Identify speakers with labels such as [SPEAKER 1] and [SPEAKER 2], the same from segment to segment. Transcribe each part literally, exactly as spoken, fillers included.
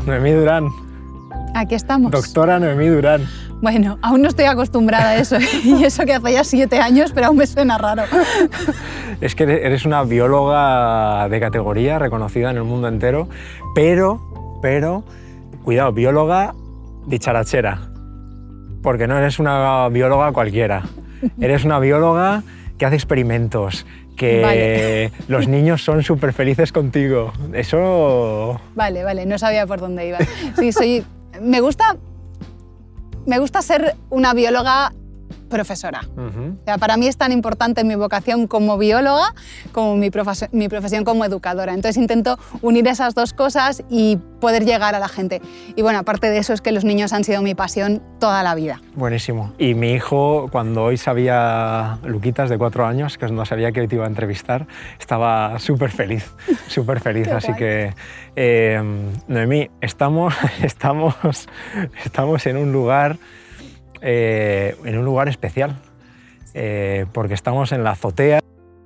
[SPEAKER 1] Noemí Durán.
[SPEAKER 2] Aquí estamos.
[SPEAKER 1] Doctora Noemí Durán.
[SPEAKER 2] Bueno, aún no estoy acostumbrada a eso, y eso que hace ya siete años, pero aún me suena raro.
[SPEAKER 1] Es que eres una bióloga de categoría, reconocida en el mundo entero, pero, pero, cuidado, bióloga dicharachera, porque no eres una bióloga cualquiera. Eres una bióloga que hace experimentos, que vale. Los niños son súper felices contigo. Eso...
[SPEAKER 2] Vale, vale, no sabía por dónde iba. Sí, soy... Me gusta... Me gusta ser una bióloga profesora. Uh-huh. O sea, para mí es tan importante mi vocación como bióloga como mi, profes- mi profesión como educadora. Entonces intento unir esas dos cosas y poder llegar a la gente. Y bueno, aparte de eso es que los niños han sido mi pasión toda la vida.
[SPEAKER 1] Buenísimo. Y mi hijo, cuando hoy sabía, Luquitas, de cuatro años, que no sabía que hoy te iba a entrevistar, estaba súper feliz, súper feliz. Así guay. que, eh, Noemí, estamos, estamos, estamos en un lugar... Eh, en un lugar especial, eh, porque estamos en la azotea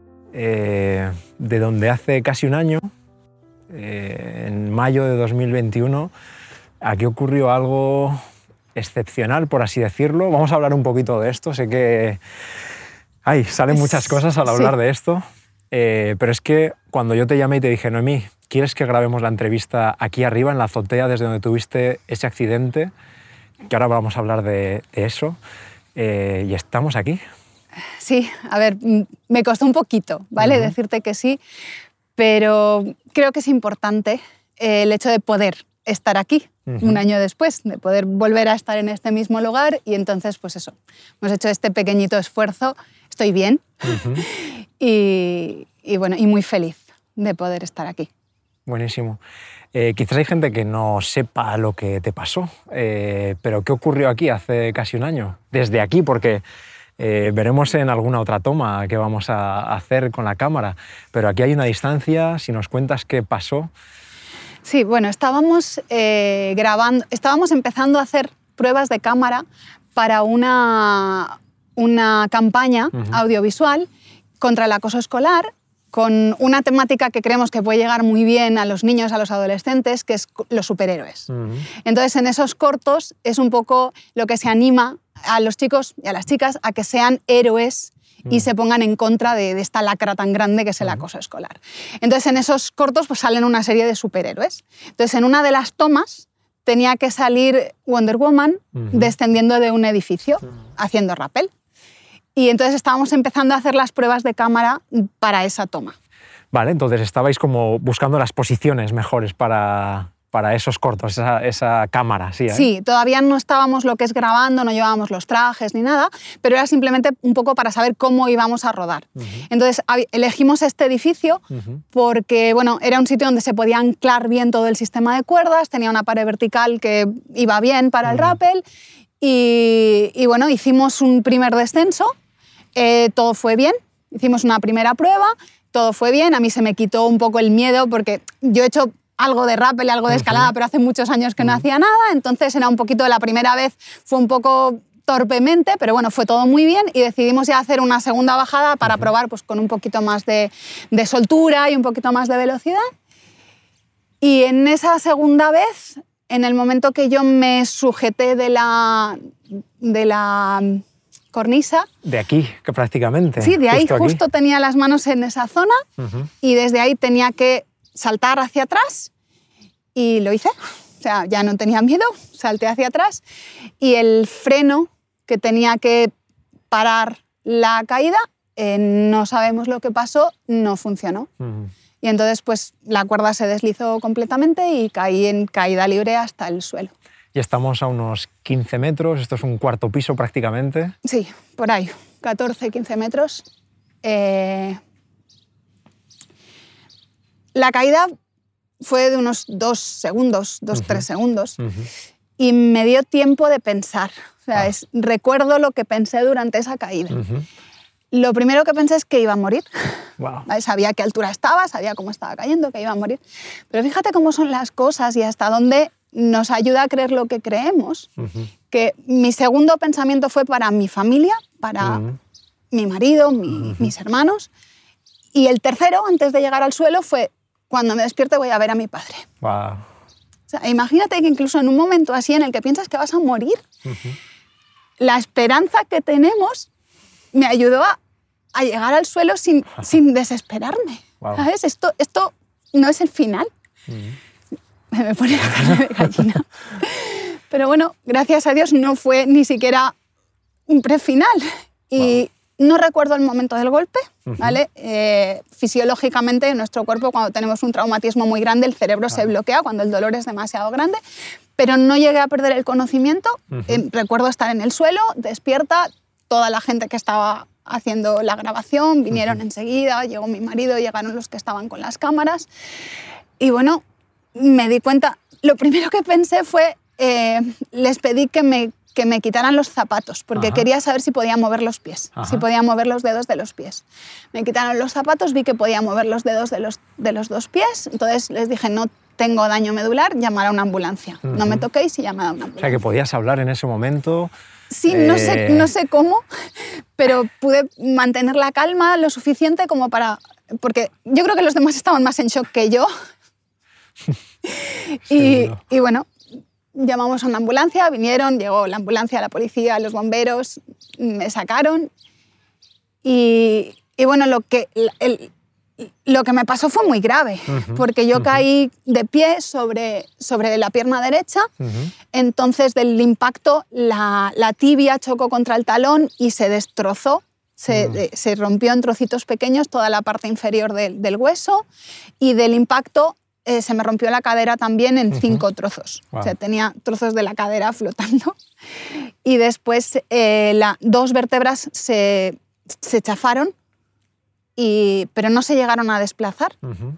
[SPEAKER 1] eh, de donde hace casi un año, eh, en mayo de dos mil veintiuno, aquí ocurrió algo excepcional, por así decirlo. Vamos a hablar un poquito de esto, sé que ay, salen muchas cosas al hablar sí. de esto, eh, pero es que cuando yo te llamé y te dije, Noemí, ¿quieres que grabemos la entrevista aquí arriba, en la azotea, desde donde tuviste ese accidente? Que ahora vamos a hablar de, de eso, eh, y estamos aquí.
[SPEAKER 2] Sí, a ver, me costó un poquito, ¿vale? Uh-huh. Decirte que sí, pero creo que es importante eh, el hecho de poder estar aquí uh-huh. un año después, de poder volver a estar en este mismo lugar, y entonces, pues eso, hemos hecho este pequeñito esfuerzo, estoy bien uh-huh. y, y, bueno, y muy feliz de poder estar aquí.
[SPEAKER 1] Buenísimo. Eh, quizás hay gente que no sepa lo que te pasó, eh, pero ¿qué ocurrió aquí hace casi un año? Desde aquí, porque eh, veremos en alguna otra toma que vamos a hacer con la cámara, pero aquí hay una distancia, si nos cuentas qué pasó.
[SPEAKER 2] Sí, bueno, estábamos eh, grabando, estábamos empezando a hacer pruebas de cámara para una, una campaña uh-huh. audiovisual contra el acoso escolar, con una temática que creemos que puede llegar muy bien a los niños, a los adolescentes, que es los superhéroes. Uh-huh. Entonces, en esos cortos es un poco lo que se anima a los chicos y a las chicas a que sean héroes uh-huh. y se pongan en contra de, de esta lacra tan grande que es el uh-huh. acoso escolar. Entonces, en esos cortos pues, salen una serie de superhéroes. Entonces, en una de las tomas tenía que salir Wonder Woman uh-huh. descendiendo de un edificio uh-huh. haciendo rappel. Y entonces estábamos empezando a hacer las pruebas de cámara para esa toma.
[SPEAKER 1] Vale, entonces estabais como buscando las posiciones mejores para, para esos cortos, esa, esa cámara, ¿sí? ¿eh?
[SPEAKER 2] Sí, todavía no estábamos lo que es grabando, no llevábamos los trajes ni nada, pero era simplemente un poco para saber cómo íbamos a rodar. Uh-huh. Entonces elegimos este edificio uh-huh. porque bueno, era un sitio donde se podía anclar bien todo el sistema de cuerdas, tenía una pared vertical que iba bien para uh-huh. el rappel y, y bueno, hicimos un primer descenso. Eh, todo fue bien, hicimos una primera prueba, todo fue bien, a mí se me quitó un poco el miedo porque yo he hecho algo de rappel y algo de escalada, uh-huh. pero hace muchos años que no uh-huh. hacía nada, entonces era un poquito, la primera vez fue un poco torpemente, pero bueno, fue todo muy bien y decidimos ya hacer una segunda bajada para uh-huh. probar pues, con un poquito más de, de soltura y un poquito más de velocidad. Y en esa segunda vez, en el momento que yo me sujeté de la... De la cornisa.
[SPEAKER 1] De aquí, que prácticamente.
[SPEAKER 2] Sí, de ahí
[SPEAKER 1] justo,
[SPEAKER 2] justo tenía las manos en esa zona uh-huh. y desde ahí tenía que saltar hacia atrás y lo hice. O sea, ya no tenía miedo, salté hacia atrás y el freno que tenía que parar la caída, eh, no sabemos lo que pasó, no funcionó. Uh-huh. Y entonces pues la cuerda se deslizó completamente y caí en caída libre hasta el suelo.
[SPEAKER 1] Y estamos a unos quince metros, esto es un cuarto piso prácticamente.
[SPEAKER 2] Sí, por ahí, catorce, quince metros. Eh... La caída fue de unos dos segundos, dos, uh-huh. tres segundos, uh-huh. y me dio tiempo de pensar. O sea, ah. es, recuerdo lo que pensé durante esa caída. Uh-huh. Lo primero que pensé es que iba a morir. Wow. Sabía a qué altura estaba, sabía cómo estaba cayendo, que iba a morir. Pero fíjate cómo son las cosas y hasta dónde nos ayuda a creer lo que creemos, uh-huh. que mi segundo pensamiento fue para mi familia, para uh-huh. mi marido, mi, uh-huh. mis hermanos, y el tercero, antes de llegar al suelo, fue cuando me despierte voy a ver a mi padre.
[SPEAKER 1] Wow.
[SPEAKER 2] O sea, imagínate que incluso en un momento así en el que piensas que vas a morir, uh-huh. la esperanza que tenemos me ayudó a, a llegar al suelo sin, sin desesperarme. Wow. ¿Sabes? Esto, esto no es el final. Uh-huh. Me pone la carne de gallina. Pero bueno, gracias a Dios no fue ni siquiera un prefinal. Y wow. No recuerdo el momento del golpe, uh-huh. ¿vale? Eh, fisiológicamente, en nuestro cuerpo, cuando tenemos un traumatismo muy grande, el cerebro uh-huh. se bloquea cuando el dolor es demasiado grande, pero no llegué a perder el conocimiento. Uh-huh. Eh, recuerdo estar en el suelo, despierta, toda la gente que estaba haciendo la grabación vinieron uh-huh. enseguida, llegó mi marido, llegaron los que estaban con las cámaras. Y bueno, me di cuenta, lo primero que pensé fue, eh, les pedí que me que me quitaran los zapatos, porque Ajá. quería saber si podía mover los pies, Ajá. si podía mover los dedos de los pies. Me quitaron los zapatos, vi que podía mover los dedos de los, de los dos pies, entonces les dije, no tengo daño medular, llamar a una ambulancia. Uh-huh. No me toquéis y llamad a una ambulancia.
[SPEAKER 1] O sea, que podías hablar en ese momento.
[SPEAKER 2] Sí, eh... no sé, no sé cómo, pero pude mantener la calma lo suficiente como para... Porque yo creo que los demás estaban más en shock que yo. y, y bueno... Llamamos a una ambulancia, vinieron, llegó la ambulancia, la policía, los bomberos, me sacaron y, y bueno, lo que, el, lo que me pasó fue muy grave, uh-huh, porque yo uh-huh. caí de pie sobre, sobre la pierna derecha, uh-huh. entonces del impacto la, la tibia chocó contra el talón y se destrozó, se, uh-huh. se rompió en trocitos pequeños toda la parte inferior de, del hueso y del impacto Eh, se me rompió la cadera también en uh-huh. cinco trozos. Wow. O sea, tenía trozos de la cadera flotando. Y después eh, la, dos vértebras se, se chafaron, y, pero no se llegaron a desplazar. Uh-huh.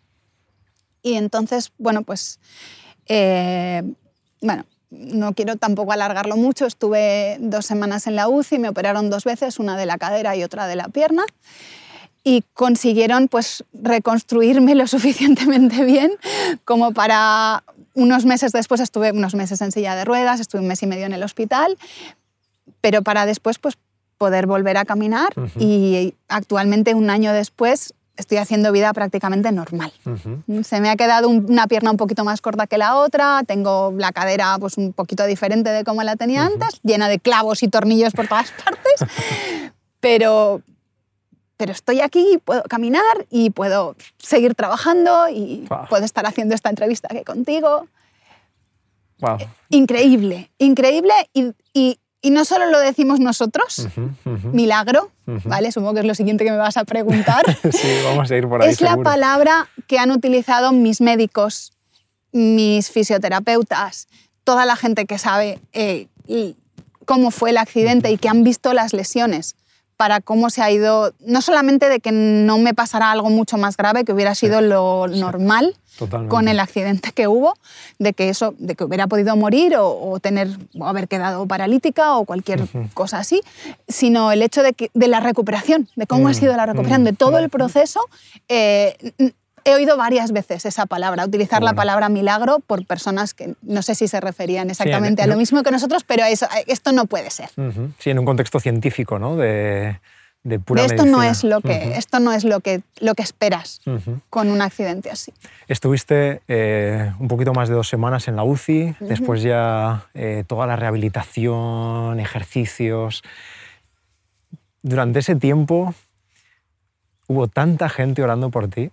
[SPEAKER 2] Y entonces, bueno, pues... Eh, bueno, no quiero tampoco alargarlo mucho. Estuve dos semanas en la U C I, me operaron dos veces, una de la cadera y otra de la pierna. Y consiguieron pues, reconstruirme lo suficientemente bien como para unos meses después, estuve unos meses en silla de ruedas, estuve un mes y medio en el hospital, pero para después pues, poder volver a caminar uh-huh. y actualmente, un año después, estoy haciendo vida prácticamente normal. Uh-huh. Se me ha quedado un, una pierna un poquito más corta que la otra, tengo la cadera pues, un poquito diferente de como la tenía uh-huh. antes, llena de clavos y tornillos por todas partes, pero... Pero estoy aquí, puedo caminar y puedo seguir trabajando y wow. puedo estar haciendo esta entrevista aquí contigo.
[SPEAKER 1] Wow.
[SPEAKER 2] Increíble, increíble. Y, y, y no solo lo decimos nosotros, uh-huh, uh-huh. milagro, uh-huh. ¿vale? Supongo que es lo siguiente que me vas a preguntar.
[SPEAKER 1] Sí, vamos a ir por ahí.
[SPEAKER 2] Es seguro. La palabra que han utilizado mis médicos, mis fisioterapeutas, toda la gente que sabe eh, cómo fue el accidente uh-huh. y que han visto las lesiones, para cómo se ha ido, no solamente de que no me pasara algo mucho más grave, que hubiera sido sí, lo sí, normal totalmente. Con el accidente que hubo, de que eso, de que hubiera podido morir o, o tener, o haber quedado paralítica o cualquier uh-huh. cosa así, sino el hecho de, que, de la recuperación, de cómo uh-huh. ha sido la recuperación, uh-huh. de todo el proceso. Eh, He oído varias veces esa palabra, utilizar bueno. la palabra milagro por personas que no sé si se referían exactamente sí, en, a lo mismo que nosotros, pero eso, esto no puede ser.
[SPEAKER 1] Uh-huh. Sí, en un contexto científico, ¿no? De, de pura
[SPEAKER 2] de esto
[SPEAKER 1] medicina.
[SPEAKER 2] No es lo que,
[SPEAKER 1] uh-huh.
[SPEAKER 2] esto no es lo que, lo que esperas uh-huh. con un accidente así.
[SPEAKER 1] Estuviste eh, un poquito más de dos semanas en la U C I, uh-huh. después ya eh, toda la rehabilitación, ejercicios. Durante ese tiempo hubo tanta gente orando por ti.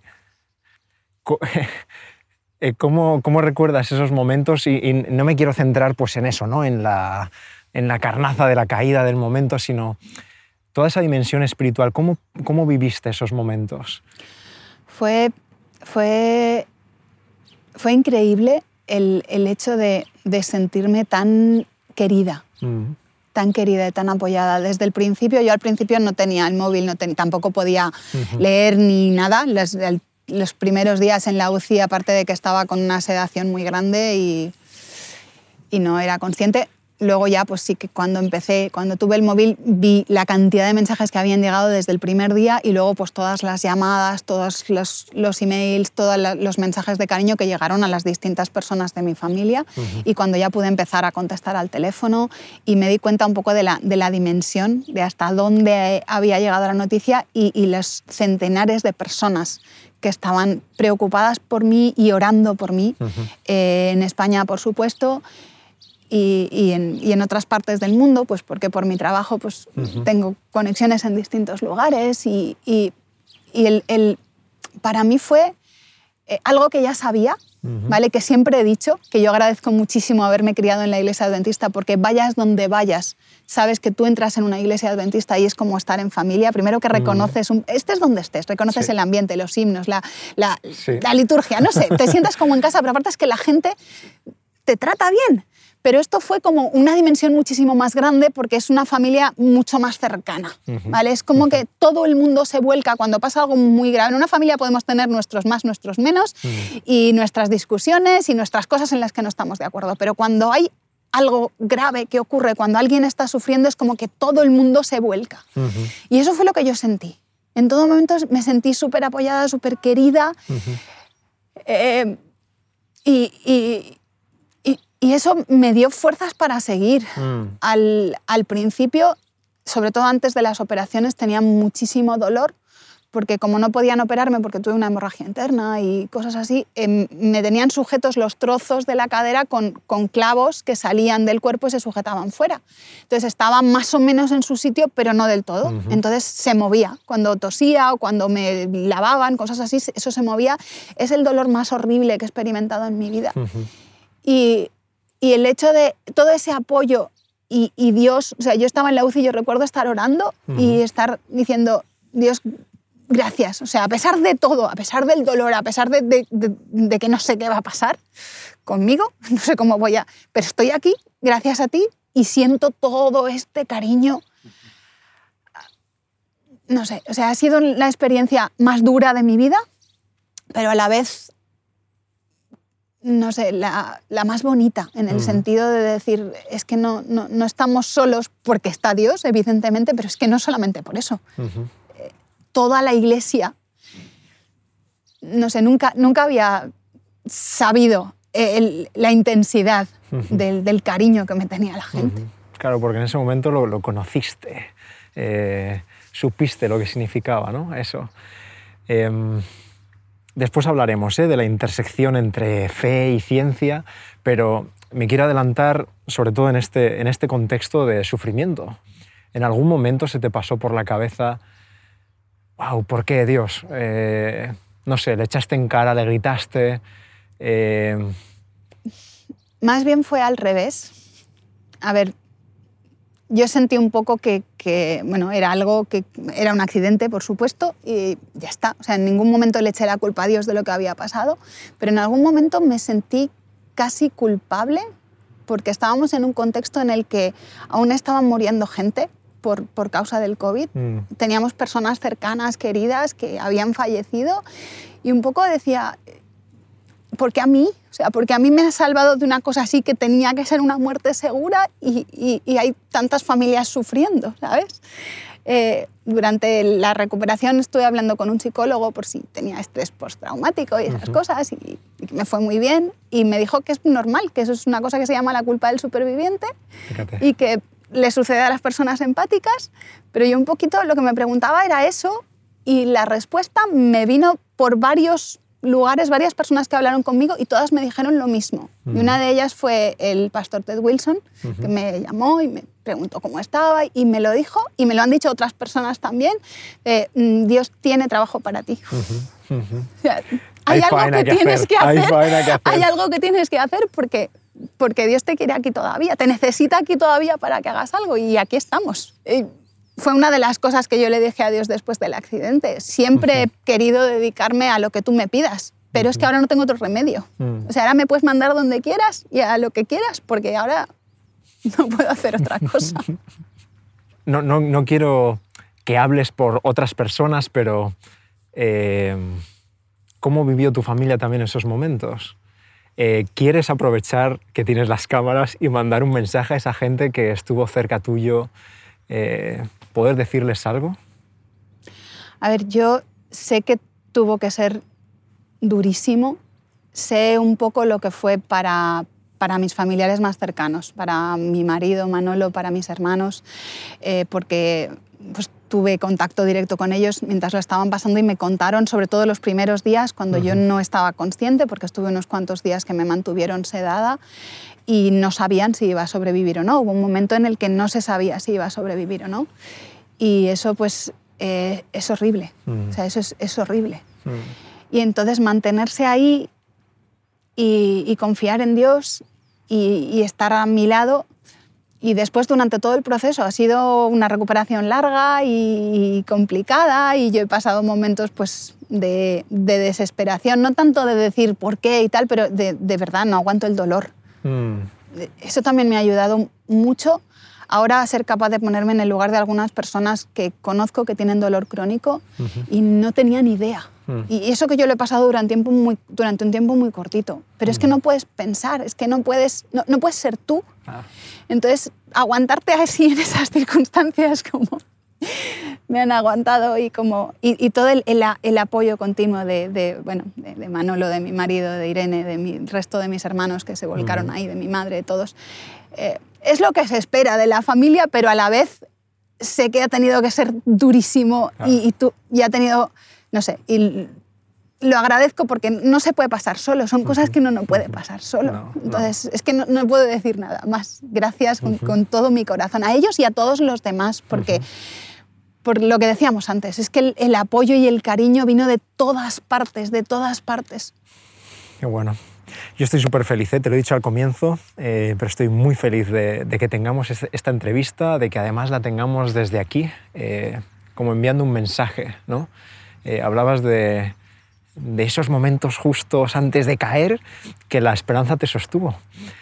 [SPEAKER 1] ¿Cómo, cómo recuerdas esos momentos? Y, y no me quiero centrar pues, en eso, ¿no? en, la, en la carnaza de la caída del momento, sino toda esa dimensión espiritual. ¿Cómo, cómo viviste esos momentos?
[SPEAKER 2] Fue, fue, fue increíble el, el hecho de, de sentirme tan querida. Mm. tan querida y tan apoyada. Desde el principio, yo al principio no tenía el móvil, no ten, tampoco podía uh-huh. leer ni nada. Los, el, los primeros días en la U C I, aparte de que estaba con una sedación muy grande y, y no era consciente, luego ya pues sí que cuando empecé, cuando tuve el móvil, vi la cantidad de mensajes que habían llegado desde el primer día y luego pues todas las llamadas, todos los, los emails, todos los mensajes de cariño que llegaron a las distintas personas de mi familia uh-huh. y cuando ya pude empezar a contestar al teléfono y me di cuenta un poco de la, de la dimensión, de hasta dónde había llegado la noticia y, y los centenares de personas que estaban preocupadas por mí y orando por mí, uh-huh. eh, en España, por supuesto, y, y, en, y en otras partes del mundo, pues porque por mi trabajo pues, uh-huh. tengo conexiones en distintos lugares y, y, y el, el, para mí fue eh, algo que ya sabía, uh-huh. ¿vale? Que siempre he dicho, que yo agradezco muchísimo haberme criado en la iglesia adventista, porque vayas donde vayas, sabes que tú entras en una iglesia adventista y es como estar en familia. Primero que reconoces, un, estés donde estés, reconoces sí. el ambiente, los himnos, la, la, sí. la liturgia, no sé, te sientas como en casa, pero aparte es que la gente te trata bien. Pero esto fue como una dimensión muchísimo más grande porque es una familia mucho más cercana, uh-huh. ¿vale? Es como uh-huh. que todo el mundo se vuelca cuando pasa algo muy grave. En una familia podemos tener nuestros más, nuestros menos, uh-huh. y nuestras discusiones y nuestras cosas en las que no estamos de acuerdo. Pero cuando hay algo grave que ocurre, cuando alguien está sufriendo, es como que todo el mundo se vuelca. Uh-huh. Y eso fue lo que yo sentí. En todo momento me sentí súper apoyada, súper querida. Uh-huh. Eh, y... y Y eso me dio fuerzas para seguir. Mm. Al, al principio, sobre todo antes de las operaciones, tenía muchísimo dolor, porque como no podían operarme porque tuve una hemorragia interna y cosas así, eh, me tenían sujetos los trozos de la cadera con, con clavos que salían del cuerpo y se sujetaban fuera. Entonces estaba más o menos en su sitio, pero no del todo. Uh-huh. Entonces se movía. Cuando tosía o cuando me lavaban, cosas así, eso se movía. Es el dolor más horrible que he experimentado en mi vida. Uh-huh. Y... Y el hecho de todo ese apoyo y, y Dios, o sea, yo estaba en la U C I y yo recuerdo estar orando uh-huh. y estar diciendo, Dios, gracias. O sea, a pesar de todo, a pesar del dolor, a pesar de, de, de, de que no sé qué va a pasar conmigo, no sé cómo voy a... Pero estoy aquí, gracias a ti, y siento todo este cariño. No sé, o sea, ha sido la experiencia más dura de mi vida, pero a la vez... no sé, la, la más bonita, en el uh-huh. sentido de decir, es que no, no, no estamos solos porque está Dios, evidentemente, pero es que no solamente por eso. Uh-huh. Eh, toda la iglesia, no sé, nunca, nunca había sabido el, la intensidad uh-huh. del, del cariño que me tenía la gente. Uh-huh.
[SPEAKER 1] Claro, porque en ese momento lo, lo conociste, eh, supiste lo que significaba, ¿no? Eso. Eh, Después hablaremos ¿eh? de la intersección entre fe y ciencia, pero me quiero adelantar sobre todo en este, en este contexto de sufrimiento. ¿En algún momento se te pasó por la cabeza, wow, ¿por qué Dios? Eh, no sé, le echaste en cara, le gritaste... Eh...
[SPEAKER 2] Más bien fue al revés. A ver, yo sentí un poco que, que, bueno, era algo que era un accidente, por supuesto, y ya está. O sea, en ningún momento le eché la culpa a Dios de lo que había pasado, pero en algún momento me sentí casi culpable porque estábamos en un contexto en el que aún estaban muriendo gente por, por causa del COVID. Mm. Teníamos personas cercanas, queridas, que habían fallecido y un poco decía... ¿Por qué a mí? O sea, porque a mí me ha salvado de una cosa así que tenía que ser una muerte segura y, y, y hay tantas familias sufriendo, ¿sabes? Eh, durante la recuperación estuve hablando con un psicólogo por si tenía estrés postraumático y esas uh-huh. cosas y, y me fue muy bien y me dijo que es normal, que eso es una cosa que se llama la culpa del superviviente. Fíjate. Y que le sucede a las personas empáticas, pero yo un poquito lo que me preguntaba era eso y la respuesta me vino por varios lugares, varias personas que hablaron conmigo y todas me dijeron lo mismo. Uh-huh. Y una de ellas fue el pastor Ted Wilson, uh-huh. que me llamó y me preguntó cómo estaba y me lo dijo, y me lo han dicho otras personas también, eh, Dios tiene trabajo para ti. Uh-huh. Uh-huh. O sea, hay, hay algo que, que tienes que hacer, hay, que hacer. Hay algo que tienes que hacer porque, porque Dios te quiere aquí todavía, te necesita aquí todavía para que hagas algo y aquí estamos. Y fue una de las cosas que yo le dije a Dios después del accidente. Siempre uh-huh. he querido dedicarme a lo que tú me pidas, pero uh-huh. es que ahora no tengo otro remedio. Uh-huh. O sea, ahora me puedes mandar donde quieras y a lo que quieras, porque ahora no puedo hacer otra cosa.
[SPEAKER 1] No, no, no quiero que hables por otras personas, pero eh, ¿cómo vivió tu familia también esos momentos? Eh, ¿Quieres aprovechar que tienes las cámaras y mandar un mensaje a esa gente que estuvo cerca tuyo? Eh, ¿Poder decirles algo?
[SPEAKER 2] A ver, yo sé que tuvo que ser durísimo. Sé un poco lo que fue para, para mis familiares más cercanos, para mi marido Manolo, para mis hermanos, eh, porque pues tuve contacto directo con ellos mientras lo estaban pasando y me contaron sobre todo los primeros días cuando uh-huh. yo no estaba consciente, porque estuve unos cuantos días que me mantuvieron sedada y no sabían si iba a sobrevivir o no. Hubo un momento en el que no se sabía si iba a sobrevivir o no. Y eso pues eh, es horrible, uh-huh. o sea, eso es, es horrible. Uh-huh. Y entonces mantenerse ahí y, y confiar en Dios y, y estar a mi lado. Y después, durante todo el proceso, ha sido una recuperación larga y complicada y yo he pasado momentos pues, de, de desesperación, no tanto de decir por qué y tal, pero de, de verdad no aguanto el dolor. Mm. Eso también me ha ayudado mucho ahora a ser capaz de ponerme en el lugar de algunas personas que conozco que tienen dolor crónico uh-huh. y no tenía ni idea. Uh-huh. Y eso que yo lo he pasado durante, tiempo muy, durante un tiempo muy cortito. Pero uh-huh. es que no puedes pensar, es que no puedes, no, no puedes ser tú. Ah. Entonces, aguantarte así en esas circunstancias como me han aguantado y, como, y, y todo el, el, el apoyo continuo de, de, bueno, de, de Manolo, de mi marido, de Irene, de mi, resto de mis hermanos que se volcaron uh-huh. ahí, de mi madre, de todos. Eh, es lo que se espera de la familia, pero a la vez sé que ha tenido que ser durísimo ah. y, y, tú, y ha tenido, no sé, y lo agradezco porque no se puede pasar solo, son cosas que uno no puede pasar solo. No, Entonces, no. es que no, no puedo decir nada más. Gracias con, uh-huh. con todo mi corazón, a ellos y a todos los demás, porque uh-huh. por lo que decíamos antes, es que el, el apoyo y el cariño vino de todas partes, de todas partes.
[SPEAKER 1] Qué bueno. Yo estoy súper feliz, ¿eh? Te lo he dicho al comienzo, eh, pero estoy muy feliz de, de que tengamos este, esta entrevista, de que además la tengamos desde aquí, eh, como enviando un mensaje, ¿no? Eh, hablabas de, de esos momentos justos antes de caer, que la esperanza te sostuvo.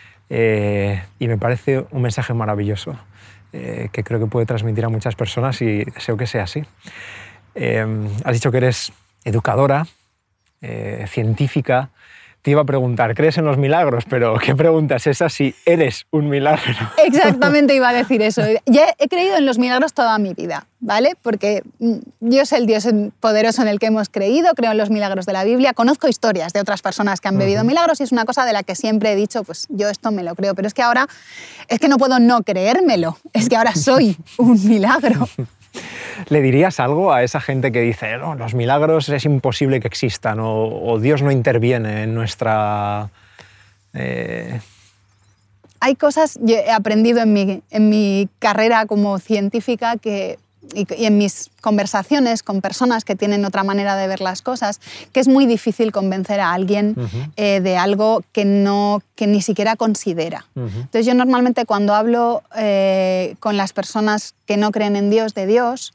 [SPEAKER 1] Eh, y me parece un mensaje maravilloso, eh, que creo que puede transmitir a muchas personas y deseo que sea así. Eh, has dicho que eres educadora, eh, científica. Te iba a preguntar, ¿crees en los milagros? Pero ¿qué pregunta es esa si eres un milagro?
[SPEAKER 2] Exactamente, iba a decir eso. Ya he creído en los milagros toda mi vida, ¿vale? Porque Dios es el Dios poderoso en el que hemos creído, creo en los milagros de la Biblia, conozco historias de otras personas que han vivido uh-huh. milagros y es una cosa de la que siempre he dicho, pues yo esto me lo creo, pero es que ahora es que no puedo no creérmelo, es que ahora soy un milagro.
[SPEAKER 1] ¿Le dirías algo a esa gente que dice, no, los milagros es imposible que existan o, o Dios no interviene en nuestra... Eh...
[SPEAKER 2] Hay cosas, yo he aprendido en mi, en mi carrera como científica que, y, y en mis conversaciones con personas que tienen otra manera de ver las cosas, que es muy difícil convencer a alguien uh-huh. eh, de algo que, no, que ni siquiera considera. Uh-huh. Entonces yo normalmente cuando hablo eh, con las personas que no creen en Dios, de Dios,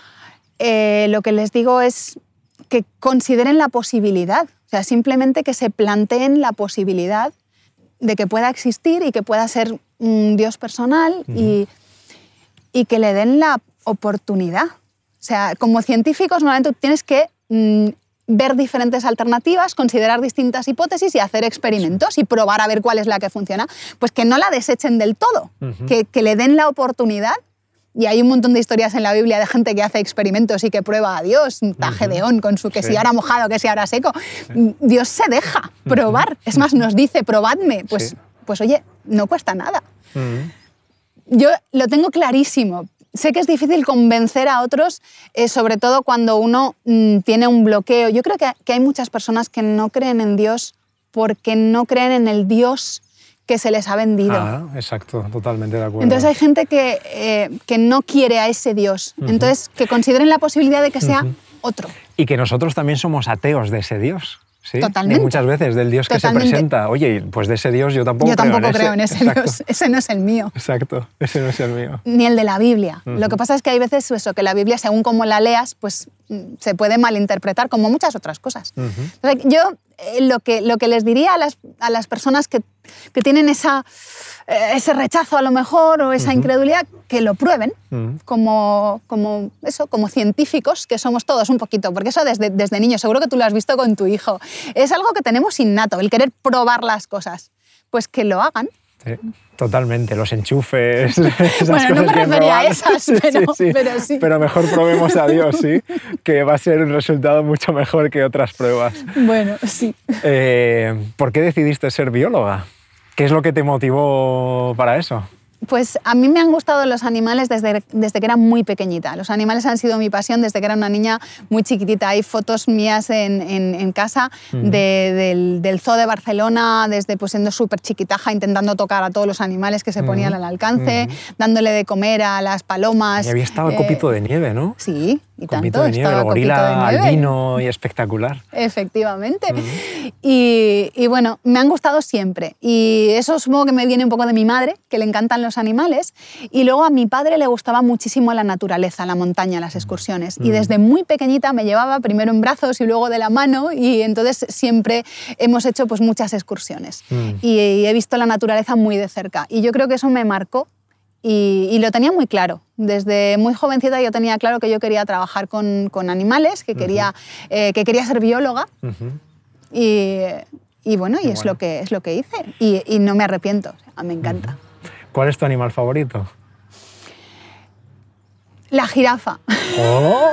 [SPEAKER 2] eh, lo que les digo es que consideren la posibilidad, o sea, simplemente que se planteen la posibilidad de que pueda existir y que pueda ser un Dios personal uh-huh. y, y que le den la oportunidad. O sea, como científicos normalmente tienes que mm, ver diferentes alternativas, considerar distintas hipótesis y hacer experimentos y probar a ver cuál es la que funciona. Pues que no la desechen del todo, uh-huh. que, que le den la oportunidad. Y hay un montón de historias en la Biblia de gente que hace experimentos y que prueba a Dios. Está uh-huh. Gedeón con su que sí. si ahora mojado, que si ahora seco. Sí. Dios se deja probar. Uh-huh. Es más, nos dice, probadme. Pues, sí. pues oye, no cuesta nada. Uh-huh. Yo lo tengo clarísimo. Sé que es difícil convencer a otros, eh, sobre todo cuando uno mm, tiene un bloqueo. Yo creo que, que hay muchas personas que no creen en Dios porque no creen en el Dios que se les ha vendido.
[SPEAKER 1] Ah, exacto, totalmente de acuerdo.
[SPEAKER 2] Entonces hay gente que, eh, que no quiere a ese Dios. Uh-huh. Entonces que consideren la posibilidad de que sea uh-huh. otro.
[SPEAKER 1] Y que nosotros también somos ateos de ese Dios. ¿Sí?
[SPEAKER 2] Totalmente.
[SPEAKER 1] Y muchas veces del Dios que
[SPEAKER 2] Totalmente.
[SPEAKER 1] se presenta. Oye, pues de ese Dios yo tampoco,
[SPEAKER 2] yo tampoco
[SPEAKER 1] creo,
[SPEAKER 2] creo
[SPEAKER 1] en
[SPEAKER 2] ese.
[SPEAKER 1] ese,
[SPEAKER 2] en ese Dios. Ese no es el mío.
[SPEAKER 1] Exacto, ese no es el mío.
[SPEAKER 2] Ni el de la Biblia.
[SPEAKER 1] Uh-huh.
[SPEAKER 2] Lo que pasa es que hay veces eso, que la Biblia, según cómo la leas, pues se puede malinterpretar, como muchas otras cosas. Uh-huh. Entonces, yo eh, lo, que, lo que les diría a las, a las personas que, que tienen esa, eh, ese rechazo a lo mejor o esa uh-huh. incredulidad, que lo prueben uh-huh. como, como, eso, como científicos, que somos todos un poquito, porque eso desde, desde niños, seguro que tú lo has visto con tu hijo. Es algo que tenemos innato, el querer probar las cosas. Pues que lo hagan.
[SPEAKER 1] Sí, totalmente, los enchufes. Esas
[SPEAKER 2] bueno, no me refería a esas, pero sí, sí,
[SPEAKER 1] pero
[SPEAKER 2] sí.
[SPEAKER 1] Pero mejor probemos a Dios, sí, que va a ser un resultado mucho mejor que otras pruebas.
[SPEAKER 2] Bueno, sí.
[SPEAKER 1] Eh, ¿Por qué decidiste ser bióloga? ¿Qué es lo que te motivó para eso?
[SPEAKER 2] Pues a mí me han gustado los animales desde, desde que era muy pequeñita. Los animales han sido mi pasión desde que era una niña muy chiquitita. Hay fotos mías en, en, en casa uh-huh. de, del, del Zoo de Barcelona, desde pues, siendo súper chiquitaja, intentando tocar a todos los animales que se ponían uh-huh. al alcance, uh-huh. dándole de comer a las palomas.
[SPEAKER 1] Y había estado el eh, copito de nieve, ¿no?
[SPEAKER 2] Sí, y
[SPEAKER 1] copito
[SPEAKER 2] tanto.
[SPEAKER 1] De nieve, el gorila albino y espectacular.
[SPEAKER 2] Efectivamente. Uh-huh. y, y bueno, me han gustado siempre. Y eso supongo que me viene un poco de mi madre, que le encantan los animales, y luego a mi padre le gustaba muchísimo la naturaleza, la montaña, las excursiones, mm. y desde muy pequeñita me llevaba primero en brazos y luego de la mano, y entonces siempre hemos hecho pues, muchas excursiones mm. y, y he visto la naturaleza muy de cerca, y yo creo que eso me marcó y, y lo tenía muy claro. Desde muy jovencita yo tenía claro que yo quería trabajar con, con animales, que quería, uh-huh. eh, que quería ser bióloga, uh-huh. y, y bueno, y es, bueno. Lo que, es lo que hice, y, y no me arrepiento, o sea, me encanta. Uh-huh.
[SPEAKER 1] ¿Cuál es tu animal favorito?
[SPEAKER 2] La jirafa.
[SPEAKER 1] Oh,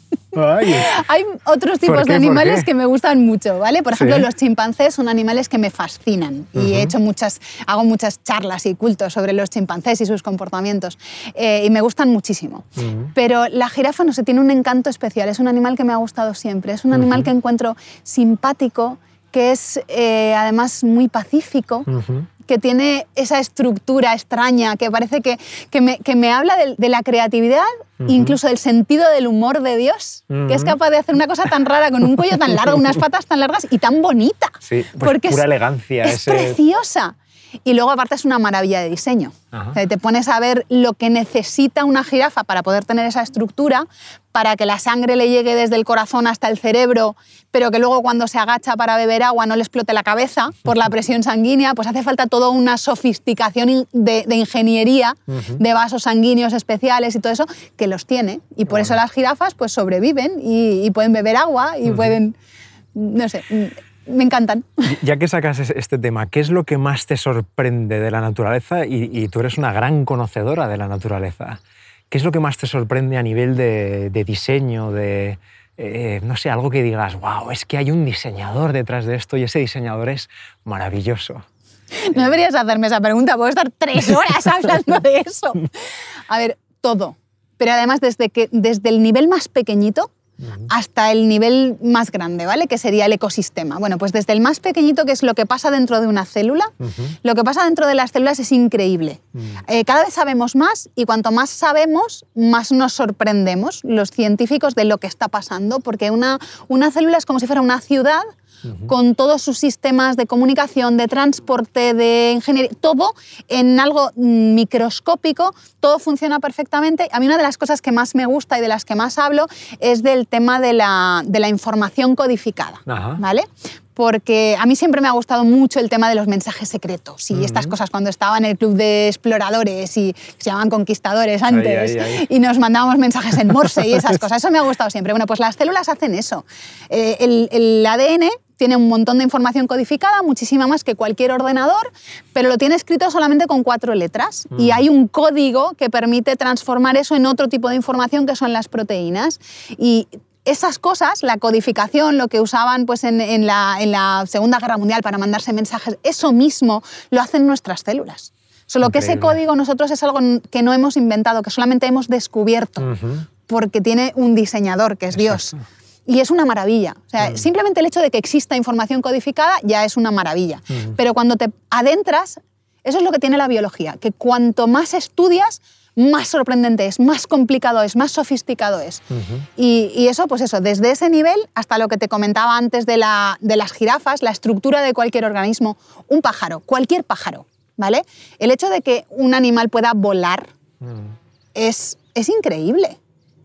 [SPEAKER 1] ay.
[SPEAKER 2] Hay otros tipos de animales que me gustan mucho, ¿vale? Por ejemplo, ¿sí? Los chimpancés son animales que me fascinan y uh-huh. he hecho muchas, hago muchas charlas y cultos sobre los chimpancés y sus comportamientos eh, y me gustan muchísimo. Uh-huh. Pero la jirafa, no sé, tiene un encanto especial, es un animal que me ha gustado siempre, es un animal uh-huh. que encuentro simpático, que es eh, además muy pacífico, uh-huh. que tiene esa estructura extraña, que parece que, que, me, que me habla de, de la creatividad, uh-huh. incluso del sentido del humor de Dios, uh-huh. que es capaz de hacer una cosa tan rara con un cuello tan largo, unas patas tan largas y tan bonita.
[SPEAKER 1] Sí, pues porque pura
[SPEAKER 2] es,
[SPEAKER 1] elegancia.
[SPEAKER 2] Es
[SPEAKER 1] ese...
[SPEAKER 2] preciosa. Y luego aparte es una maravilla de diseño. O sea, te pones a ver lo que necesita una jirafa para poder tener esa estructura, para que la sangre le llegue desde el corazón hasta el cerebro, pero que luego cuando se agacha para beber agua no le explote la cabeza por la presión sanguínea, pues hace falta toda una sofisticación de, de ingeniería, uh-huh. de vasos sanguíneos especiales y todo eso, que los tiene. Y por bueno. eso las jirafas pues sobreviven y, y pueden beber agua y uh-huh. pueden, no sé... Me encantan.
[SPEAKER 1] Ya que sacas este tema, ¿qué es lo que más te sorprende de la naturaleza? Y, y tú eres una gran conocedora de la naturaleza. ¿Qué es lo que más te sorprende a nivel de, de diseño, de, eh, no sé, algo que digas, wow, es que hay un diseñador detrás de esto y ese diseñador es maravilloso?
[SPEAKER 2] No deberías hacerme esa pregunta, puedo estar tres horas hablando de eso. A ver, todo. Pero además desde, que, desde el nivel más pequeñito hasta el nivel más grande, ¿vale? Que sería el ecosistema. Bueno, pues desde el más pequeñito, que es lo que pasa dentro de una célula, uh-huh. lo que pasa dentro de las células es increíble. Uh-huh. Eh, cada vez sabemos más y cuanto más sabemos, más nos sorprendemos los científicos de lo que está pasando, porque una, una célula es como si fuera una ciudad uh-huh. con todos sus sistemas de comunicación, de transporte, de ingeniería, todo en algo microscópico, todo funciona perfectamente. A mí una de las cosas que más me gusta y de las que más hablo es del tema de la, de la información codificada, uh-huh. ¿vale? Porque a mí siempre me ha gustado mucho el tema de los mensajes secretos y uh-huh. estas cosas cuando estaba en el club de exploradores y se llamaban conquistadores antes ay, ay, ay. y nos mandábamos mensajes en Morse y esas cosas, eso me ha gustado siempre. Bueno, pues las células hacen eso. Eh, el, el A D N tiene un montón de información codificada, muchísima más que cualquier ordenador, pero lo tiene escrito solamente con cuatro letras uh-huh. y hay un código que permite transformar eso en otro tipo de información que son las proteínas. Y esas cosas, la codificación, lo que usaban pues, en, en, la, en la Segunda Guerra Mundial para mandarse mensajes, eso mismo lo hacen nuestras células. Solo Increíble. Que ese código nosotros es algo que no hemos inventado, que solamente hemos descubierto, uh-huh. porque tiene un diseñador, que es Exacto. Dios. Y es una maravilla. O sea, uh-huh. simplemente el hecho de que exista información codificada ya es una maravilla. Uh-huh. Pero cuando te adentras, eso es lo que tiene la biología, que cuanto más estudias, más sorprendente es, más complicado es, más sofisticado es. Uh-huh. Y, y eso, pues eso, desde ese nivel hasta lo que te comentaba antes de, la, de las jirafas, la estructura de cualquier organismo, un pájaro, cualquier pájaro, ¿vale? El hecho de que un animal pueda volar uh-huh. es, es increíble.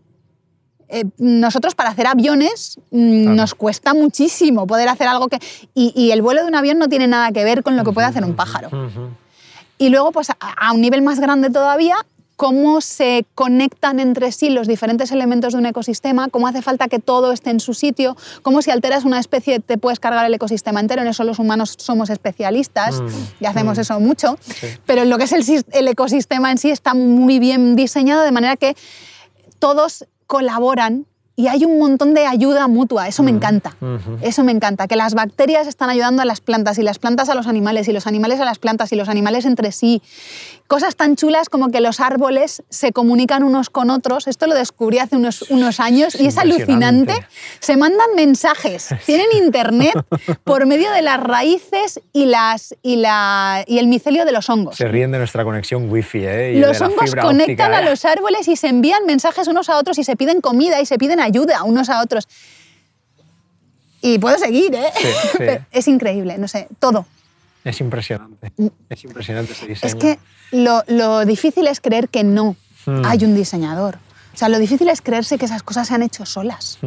[SPEAKER 2] Eh, nosotros para hacer aviones mmm, claro. nos cuesta muchísimo poder hacer algo que... Y, y el vuelo de un avión no tiene nada que ver con lo que puede hacer un pájaro. Uh-huh. Y luego, pues a, a un nivel más grande todavía, cómo se conectan entre sí los diferentes elementos de un ecosistema, cómo hace falta que todo esté en su sitio, cómo si alteras una especie te puedes cargar el ecosistema entero. En eso los humanos somos especialistas mm, y hacemos mm, eso mucho, sí. pero en lo que es el, el ecosistema en sí está muy bien diseñado de manera que todos colaboran y hay un montón de ayuda mutua, eso me encanta, uh-huh. eso me encanta, que las bacterias están ayudando a las plantas y las plantas a los animales y los animales a las plantas y los animales entre sí. Cosas tan chulas como que los árboles se comunican unos con otros, esto lo descubrí hace unos, unos años y es alucinante, se mandan mensajes, tienen internet por medio de las raíces y, las, y, la, y el micelio de los hongos.
[SPEAKER 1] Se ríen de nuestra conexión wifi, ¿eh? Y
[SPEAKER 2] los
[SPEAKER 1] de la
[SPEAKER 2] hongos
[SPEAKER 1] fibra
[SPEAKER 2] conectan
[SPEAKER 1] óptica,
[SPEAKER 2] a
[SPEAKER 1] ¿eh?
[SPEAKER 2] los árboles y se envían mensajes unos a otros y se piden comida y se piden ayuda unos a otros. Y puedo seguir, ¿eh?
[SPEAKER 1] Sí, sí.
[SPEAKER 2] Pero es increíble, no sé, todo.
[SPEAKER 1] Es impresionante, es impresionante ese diseño.
[SPEAKER 2] Es que lo, lo difícil es creer que no hmm. hay un diseñador. O sea, lo difícil es creerse que esas cosas se han hecho solas.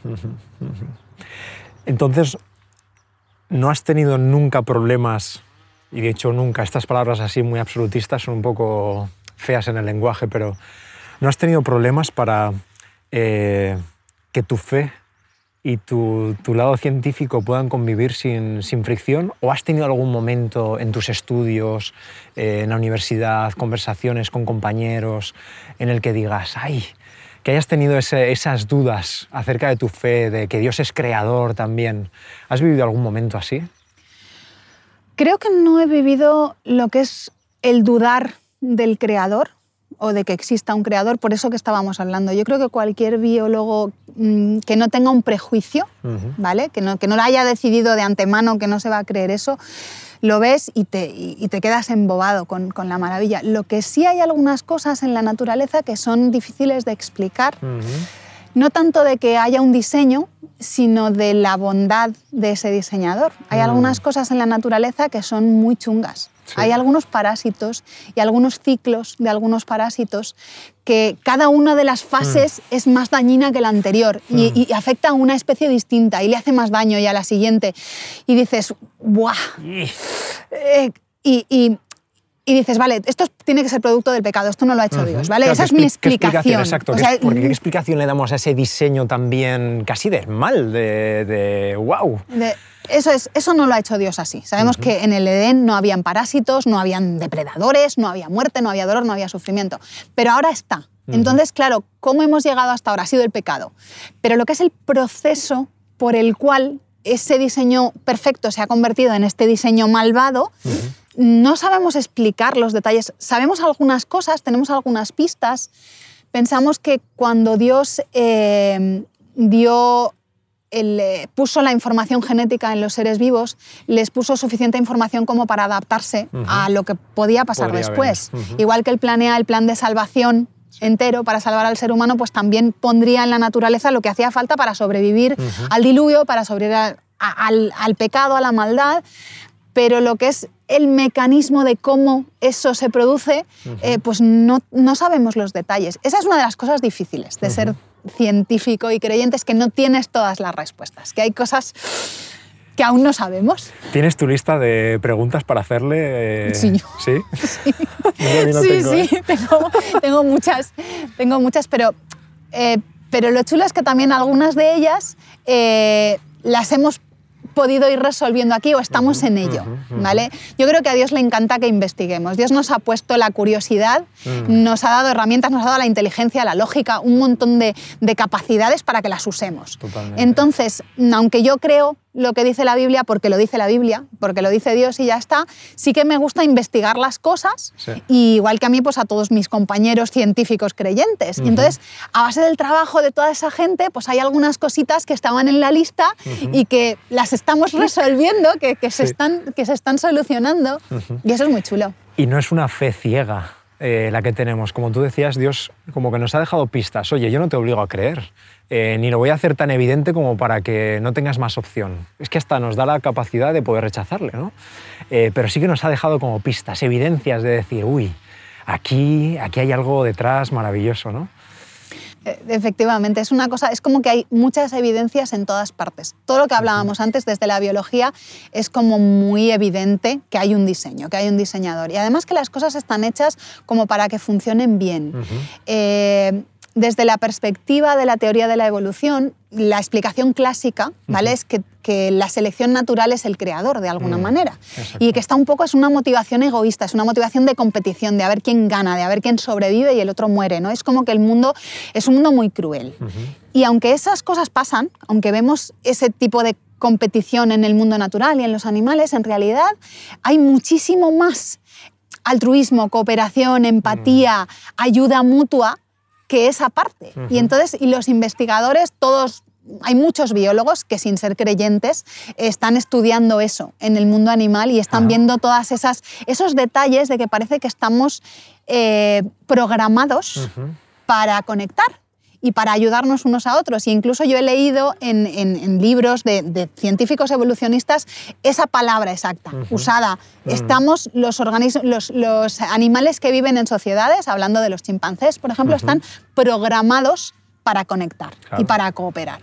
[SPEAKER 1] Entonces, ¿no has tenido nunca problemas, y de hecho nunca, estas palabras así muy absolutistas son un poco feas en el lenguaje, pero ¿no has tenido problemas para eh, que tu fe y tu, tu lado científico puedan convivir sin, sin fricción? ¿O has tenido algún momento en tus estudios, eh, en la universidad, conversaciones con compañeros, en el que digas, ay, que hayas tenido ese, esas dudas acerca de tu fe, de que Dios es creador también? ¿Has vivido algún momento así?
[SPEAKER 2] Creo que no he vivido lo que es el dudar del creador o de que exista un creador, por eso que estábamos hablando. Yo creo que cualquier biólogo mmm, que no tenga un prejuicio, uh-huh. ¿vale? que, no, que no lo haya decidido de antemano que no se va a creer eso, lo ves y te, y te quedas embobado con, con la maravilla. Lo que sí hay algunas cosas en la naturaleza que son difíciles de explicar, uh-huh. no tanto de que haya un diseño, sino de la bondad de ese diseñador. Hay uh-huh. algunas cosas en la naturaleza que son muy chungas. Sí. Hay algunos parásitos y algunos ciclos de algunos parásitos que cada una de las fases mm. es más dañina que la anterior mm. y, y afecta a una especie distinta y le hace más daño y a la siguiente. Y dices, ¡buah! Eh, y, y, y dices, vale, esto tiene que ser producto del pecado, esto no lo ha hecho uh-huh. Dios, ¿vale?
[SPEAKER 1] Claro,
[SPEAKER 2] esa es
[SPEAKER 1] expli-
[SPEAKER 2] mi explicación.
[SPEAKER 1] ¿Qué explicación, exacto,
[SPEAKER 2] o sea,
[SPEAKER 1] porque ¿qué explicación le damos a ese diseño también casi del mal, de, de wow? De,
[SPEAKER 2] Eso, es, eso no lo ha hecho Dios así. Sabemos uh-huh. que en el Edén no habían parásitos, no habían depredadores, no había muerte, no había dolor, no había sufrimiento. Pero ahora está. Uh-huh. Entonces, claro, ¿cómo hemos llegado hasta ahora? Ha sido el pecado. Pero lo que es el proceso por el cual ese diseño perfecto se ha convertido en este diseño malvado, uh-huh. no sabemos explicar los detalles. Sabemos algunas cosas, tenemos algunas pistas. Pensamos que cuando Dios eh, dio... Él puso la información genética en los seres vivos, les puso suficiente información como para adaptarse uh-huh. a lo que podía pasar Podría después. Uh-huh. Igual que él planea el plan de salvación entero para salvar al ser humano, pues también pondría en la naturaleza lo que hacía falta para sobrevivir uh-huh. al diluvio, para sobrevivir al, al, al pecado, a la maldad. Pero lo que es el mecanismo de cómo eso se produce, uh-huh. eh, pues no, no sabemos los detalles. Esa es una de las cosas difíciles de uh-huh. ser científico y creyente, es que no tienes todas las respuestas, que hay cosas que aún no sabemos.
[SPEAKER 1] ¿Tienes tu lista de preguntas para hacerle? Eh...
[SPEAKER 2] Sí.
[SPEAKER 1] ¿Sí?
[SPEAKER 2] Sí,
[SPEAKER 1] no
[SPEAKER 2] sí,
[SPEAKER 1] tengo,
[SPEAKER 2] sí
[SPEAKER 1] ¿eh?
[SPEAKER 2] tengo, tengo muchas, tengo muchas, pero, eh, pero lo chulo es que también algunas de ellas eh, las hemos podido ir resolviendo aquí o estamos uh-huh, en ello, uh-huh, ¿vale? Yo creo que a Dios le encanta que investiguemos. Dios nos ha puesto la curiosidad, uh-huh. nos ha dado herramientas, nos ha dado la inteligencia, la lógica, un montón de, de capacidades para que las usemos.
[SPEAKER 1] Totalmente.
[SPEAKER 2] Entonces, aunque yo creo lo que dice la Biblia, porque lo dice la Biblia, porque lo dice Dios y ya está, sí que me gusta investigar las cosas,
[SPEAKER 1] sí.
[SPEAKER 2] y igual que a mí, pues a todos mis compañeros científicos creyentes. Uh-huh. Y entonces, a base del trabajo de toda esa gente, pues hay algunas cositas que estaban en la lista uh-huh. y que las estamos resolviendo, que, que, se,
[SPEAKER 1] sí.
[SPEAKER 2] están, que se están solucionando, uh-huh. y eso es muy chulo.
[SPEAKER 1] Y no es una fe ciega eh, la que tenemos. Como tú decías, Dios como que nos ha dejado pistas. Oye, yo no te obligo a creer. Eh, ni lo voy a hacer tan evidente como para que no tengas más opción. Es que hasta nos da la capacidad de poder rechazarle, ¿no? Eh, pero sí que nos ha dejado como pistas, evidencias de decir, uy, aquí, aquí hay algo detrás maravilloso, ¿no?
[SPEAKER 2] Efectivamente, es una cosa, es como que hay muchas evidencias en todas partes. Todo lo que hablábamos antes desde la biología es como muy evidente que hay un diseño, que hay un diseñador. Y además que las cosas están hechas como para que funcionen bien. Uh-huh. Eh, desde la perspectiva de la teoría de la evolución, la explicación clásica, ¿vale? Uh-huh. es que, que la selección natural es el creador, de alguna uh-huh. manera. Exacto. Y que está un poco, es una motivación egoísta, es una motivación de competición, de a ver quién gana, de a ver quién sobrevive y el otro muere, ¿no? Es como que el mundo es un mundo muy cruel. Uh-huh. Y aunque esas cosas pasan, aunque vemos ese tipo de competición en el mundo natural y en los animales, en realidad hay muchísimo más altruismo, cooperación, empatía, uh-huh. ayuda mutua, que esa parte. Uh-huh. Y entonces, y los investigadores, todos, hay muchos biólogos que sin ser creyentes están estudiando eso en el mundo animal y están uh-huh. viendo todas esas esos detalles de que parece que estamos eh, programados uh-huh. para conectar y para ayudarnos unos a otros. Y incluso yo he leído en, en, en libros de, de científicos evolucionistas esa palabra exacta, uh-huh. usada. Uh-huh. Estamos, los, los, los animales que viven en sociedades, hablando de los chimpancés, por ejemplo, uh-huh. están programados para conectar claro. y para cooperar.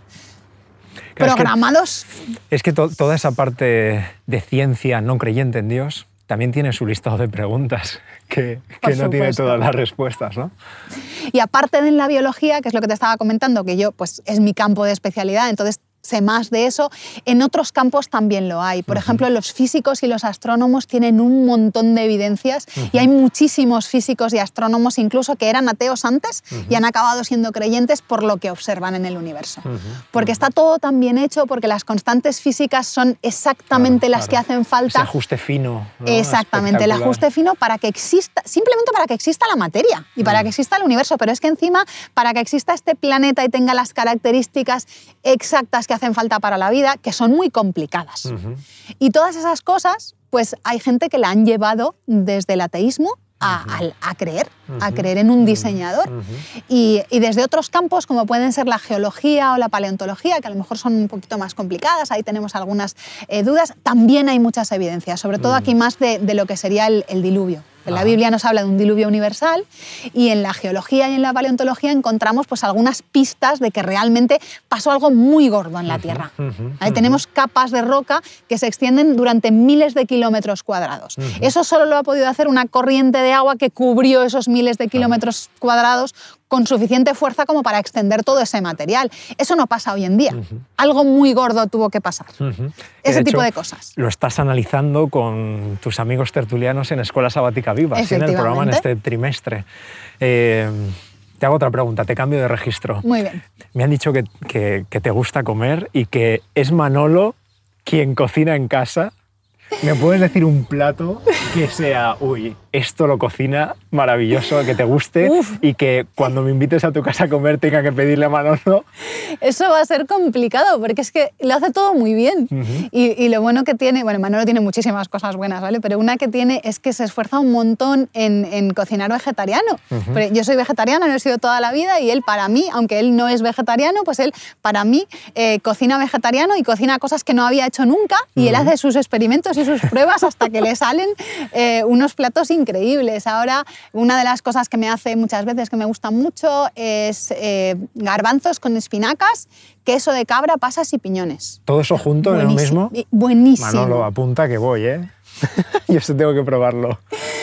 [SPEAKER 2] Claro, programados...
[SPEAKER 1] Es que, es que to, toda esa parte de ciencia no creyente en Dios también tiene su listado de preguntas que, que no tiene todas las respuestas, ¿no?
[SPEAKER 2] Y aparte de la biología, que es lo que te estaba comentando, que yo, pues es mi campo de especialidad, entonces sé más de eso, en otros campos también lo hay. Por uh-huh. ejemplo, los físicos y los astrónomos tienen un montón de evidencias uh-huh. y hay muchísimos físicos y astrónomos incluso que eran ateos antes uh-huh. y han acabado siendo creyentes por lo que observan en el universo. Uh-huh. Porque uh-huh. está todo tan bien hecho, porque las constantes físicas son exactamente claro, las claro. que hacen falta.
[SPEAKER 1] Ese ajuste fino, ¿no?
[SPEAKER 2] Exactamente, el ajuste fino para que exista, simplemente para que exista la materia y para uh-huh. que exista el universo. Pero es que encima, para que exista este planeta y tenga las características exactas que hacen falta para la vida, que son muy complicadas. Uh-huh. Y todas esas cosas, pues hay gente que la han llevado desde el ateísmo a, uh-huh. a, a creer, uh-huh. a creer en un diseñador. Uh-huh. y, y desde otros campos, como pueden ser la geología o la paleontología, que a lo mejor son un poquito más complicadas, ahí tenemos algunas eh, dudas, también hay muchas evidencias, sobre todo uh-huh. aquí más de, de lo que sería el, el diluvio. En la Biblia nos habla de un diluvio universal y en la geología y en la paleontología encontramos pues, algunas pistas de que realmente pasó algo muy gordo en la Tierra. Uh-huh, uh-huh, uh-huh. Tenemos capas de roca que se extienden durante miles de kilómetros cuadrados. Uh-huh. Eso solo lo ha podido hacer una corriente de agua que cubrió esos miles de kilómetros uh-huh. cuadrados con suficiente fuerza como para extender todo ese material. Eso no pasa hoy en día. Uh-huh. Algo muy gordo tuvo que pasar. Uh-huh. Ese de tipo hecho, de cosas.
[SPEAKER 1] Lo estás analizando con tus amigos tertulianos en Escuela Sabática Viva, ¿sí? En el programa en este trimestre. Eh, te hago otra pregunta, te cambio de registro.
[SPEAKER 2] Muy bien.
[SPEAKER 1] Me han dicho que, que, que te gusta comer y que es Manolo quien cocina en casa. ¿Me puedes decir un plato que sea, uy, esto lo cocina maravilloso, que te guste Uf. y que cuando me invites a tu casa a comer tenga que pedirle a Manolo?
[SPEAKER 2] Eso va a ser complicado porque es que lo hace todo muy bien. Uh-huh. y, y lo bueno que tiene, bueno, Manolo tiene muchísimas cosas buenas, ¿vale? Pero una que tiene es que se esfuerza un montón en, en cocinar vegetariano. Uh-huh. Yo soy vegetariana, lo he sido toda la vida y él para mí, aunque él no es vegetariano, pues él para mí eh, cocina vegetariano y cocina cosas que no había hecho nunca y uh-huh. él hace sus experimentos y sus pruebas hasta que le salen eh, unos platos increíbles. Ahora, una de las cosas que me hace muchas veces que me gusta mucho es eh, garbanzos con espinacas, queso de cabra, pasas y piñones.
[SPEAKER 1] ¿Todo eso junto en lo mismo?
[SPEAKER 2] Buenísimo.
[SPEAKER 1] Manolo, apunta que voy, ¿eh? Yo eso tengo que probarlo.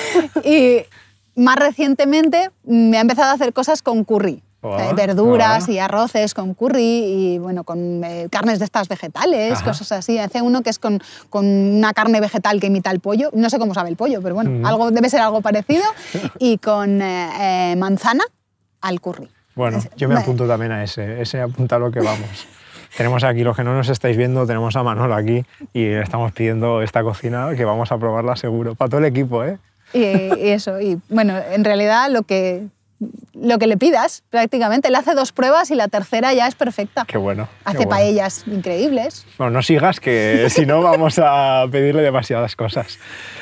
[SPEAKER 2] Y más recientemente me ha empezado a hacer cosas con curry. Oh, eh, verduras oh. y arroces con curry y bueno, con eh, carnes de estas vegetales, Ajá. cosas así. Hace uno que es con, con una carne vegetal que imita el pollo. No sé cómo sabe el pollo, pero bueno, mm. algo, debe ser algo parecido. Y con eh, eh, manzana al curry.
[SPEAKER 1] Bueno, es, yo me apunto eh, también a ese. Ese apunta lo que vamos. Tenemos aquí, los que no nos estáis viendo, tenemos a Manolo aquí y estamos pidiendo esta cocina que vamos a probarla seguro. Para todo el equipo, ¿eh?
[SPEAKER 2] Y, y eso. Y bueno, en realidad lo que... Lo que le pidas, prácticamente. Él hace dos pruebas y la tercera ya es perfecta.
[SPEAKER 1] Qué bueno.
[SPEAKER 2] Hace
[SPEAKER 1] qué bueno.
[SPEAKER 2] paellas increíbles.
[SPEAKER 1] Bueno, no sigas, que si no vamos a pedirle demasiadas cosas.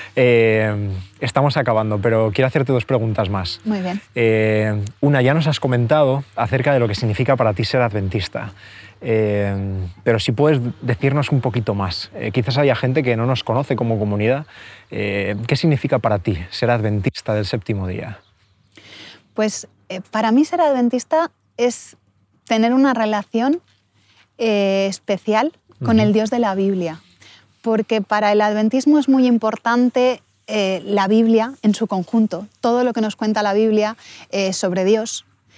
[SPEAKER 1] Eh, estamos acabando, pero quiero hacerte dos preguntas más.
[SPEAKER 2] Muy bien.
[SPEAKER 1] Eh, una, ya nos has comentado acerca de lo que significa para ti ser adventista. Eh, pero si puedes decirnos un poquito más. Eh, quizás haya gente que no nos conoce como comunidad. Eh, ¿Qué significa para ti ser adventista del séptimo día?
[SPEAKER 2] Pues eh, para mí ser adventista es tener una relación eh, especial con uh-huh. el Dios de la Biblia, porque para el adventismo es muy importante eh, la Biblia en su conjunto, todo lo que nos cuenta la Biblia eh, sobre Dios,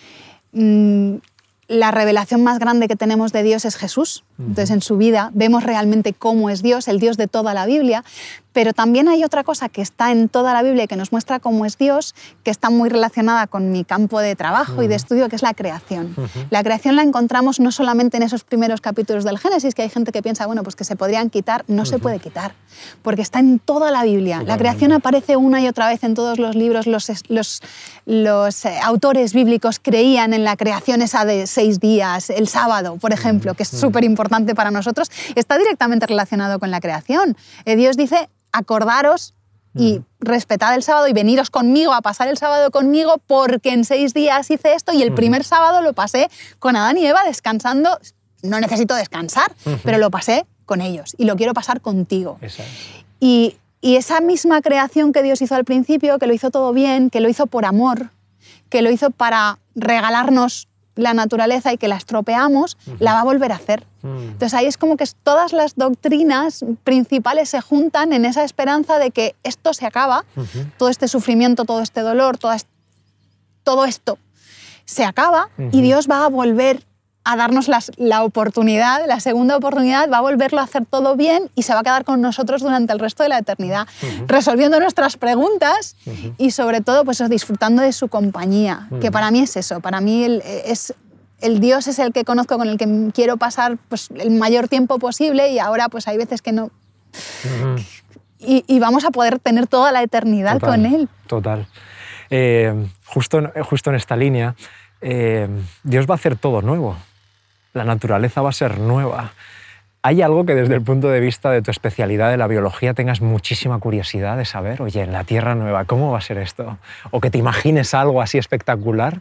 [SPEAKER 2] mmm, la revelación más grande que tenemos de Dios es Jesús. Entonces, en su vida vemos realmente cómo es Dios, el Dios de toda la Biblia. Pero también hay otra cosa que está en toda la Biblia y que nos muestra cómo es Dios, que está muy relacionada con mi campo de trabajo uh-huh. y de estudio, que es la creación. Uh-huh. La creación la encontramos no solamente en esos primeros capítulos del Génesis, que hay gente que piensa, bueno, pues que se podrían quitar. No uh-huh. se puede quitar, porque está en toda la Biblia. Totalmente. La creación aparece una y otra vez en todos los libros. Los, los, los eh, autores bíblicos creían en la creación esa de seis días, el sábado, por ejemplo, uh-huh. que es súper importante para nosotros. Está directamente relacionado con la creación. Eh, Dios dice, acordaros y respetad el sábado y veniros conmigo a pasar el sábado conmigo, porque en seis días hice esto y el primer sábado lo pasé con Adán y Eva descansando. No necesito descansar, uh-huh. pero lo pasé con ellos y lo quiero pasar contigo. Exacto. Y, y esa misma creación que Dios hizo al principio, que lo hizo todo bien, que lo hizo por amor, que lo hizo para regalarnos la naturaleza y que la estropeamos, uh-huh. la va a volver a hacer. Uh-huh. Entonces ahí es como que todas las doctrinas principales se juntan en esa esperanza de que esto se acaba, uh-huh. todo este sufrimiento, todo este dolor, todo, est- todo esto se acaba uh-huh. y Dios va a volver a darnos las, la oportunidad, la segunda oportunidad, va a volverlo a hacer todo bien y se va a quedar con nosotros durante el resto de la eternidad, uh-huh. resolviendo nuestras preguntas uh-huh. y sobre todo pues, disfrutando de su compañía, uh-huh. que para mí es eso, para mí el, es, el Dios es el que conozco, con el que quiero pasar pues, el mayor tiempo posible y ahora pues hay veces que no... Uh-huh. y, y vamos a poder tener toda la eternidad total, con Él.
[SPEAKER 1] Total. Eh, justo, justo en esta línea, eh, Dios va a hacer todo nuevo. La naturaleza va a ser nueva. ¿Hay algo que desde el punto de vista de tu especialidad de la biología tengas muchísima curiosidad de saber? Oye, en la Tierra nueva, ¿cómo va a ser esto? ¿O que te imagines algo así espectacular?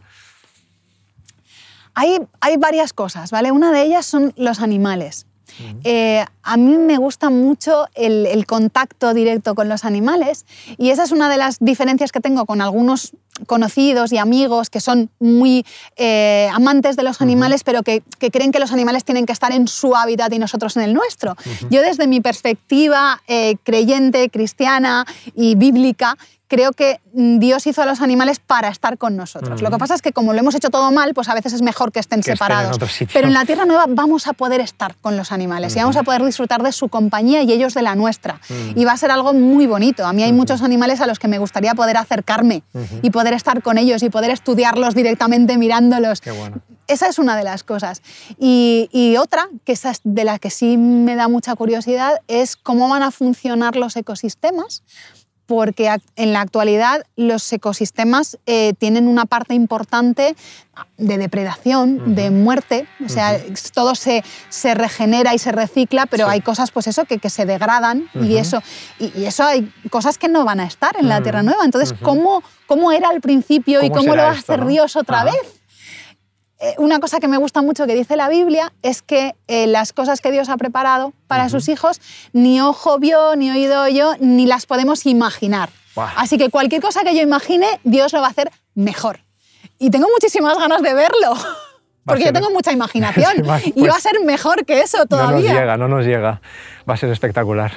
[SPEAKER 2] Hay, hay varias cosas, ¿vale? Una de ellas son los animales. Uh-huh. Eh, a mí me gusta mucho el, el contacto directo con los animales y esa es una de las diferencias que tengo con algunos conocidos y amigos que son muy eh, amantes de los animales, uh-huh. pero que, que creen que los animales tienen que estar en su hábitat y nosotros en el nuestro. Uh-huh. Yo desde mi perspectiva eh, creyente, cristiana y bíblica, creo que Dios hizo a los animales para estar con nosotros. Mm. Lo que pasa es que como lo hemos hecho todo mal, pues a veces es mejor que estén que separados. Estén en otro sitio. Pero en la Tierra Nueva vamos a poder estar con los animales mm. y vamos a poder disfrutar de su compañía y ellos de la nuestra. Mm. Y va a ser algo muy bonito. A mí hay mm. muchos animales a los que me gustaría poder acercarme mm-hmm. y poder estar con ellos y poder estudiarlos directamente mirándolos.
[SPEAKER 1] Qué bueno.
[SPEAKER 2] Esa es una de las cosas. Y, y otra, que esa es de la que sí me da mucha curiosidad, es cómo van a funcionar los ecosistemas, porque en la actualidad los ecosistemas eh, tienen una parte importante de depredación, uh-huh. de muerte, o sea, uh-huh. todo se, se regenera y se recicla, pero sí. hay cosas pues eso, que, que se degradan uh-huh. y, eso, y, y eso hay cosas que no van a estar en uh-huh. la Tierra Nueva. Entonces, uh-huh. ¿cómo, ¿cómo era al principio y cómo lo va a hacer ¿no? Dios otra uh-huh. vez? Una cosa que me gusta mucho que dice la Biblia es que eh, las cosas que Dios ha preparado para uh-huh. sus hijos ni ojo vio, ni oído oyó, ni las podemos imaginar. Wow. Así que cualquier cosa que yo imagine, Dios lo va a hacer mejor. Y tengo muchísimas ganas de verlo, porque yo tengo mucha imaginación sí, más, pues, y va a ser mejor que eso todavía.
[SPEAKER 1] No nos llega, no nos llega. Va a ser espectacular.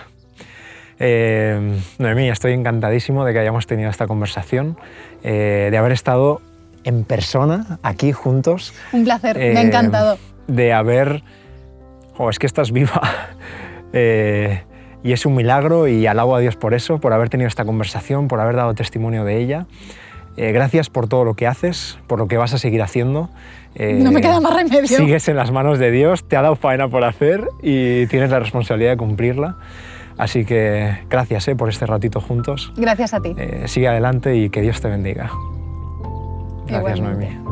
[SPEAKER 1] Eh, Noemí, estoy encantadísimo de que hayamos tenido esta conversación, eh, de haber estado en persona, aquí juntos.
[SPEAKER 2] Un placer, eh, me ha encantado.
[SPEAKER 1] De haber... Oh, es que estás viva. eh, y es un milagro y alabo a Dios por eso, por haber tenido esta conversación, por haber dado testimonio de ella. Eh, gracias por todo lo que haces, por lo que vas a seguir haciendo.
[SPEAKER 2] Eh, no me queda más remedio.
[SPEAKER 1] Sigues en las manos de Dios, te ha dado faena por hacer y tienes la responsabilidad de cumplirla. Así que gracias eh, por este ratito juntos.
[SPEAKER 2] Gracias a ti.
[SPEAKER 1] Eh, sigue adelante y que Dios te bendiga. Gracias, Noemí.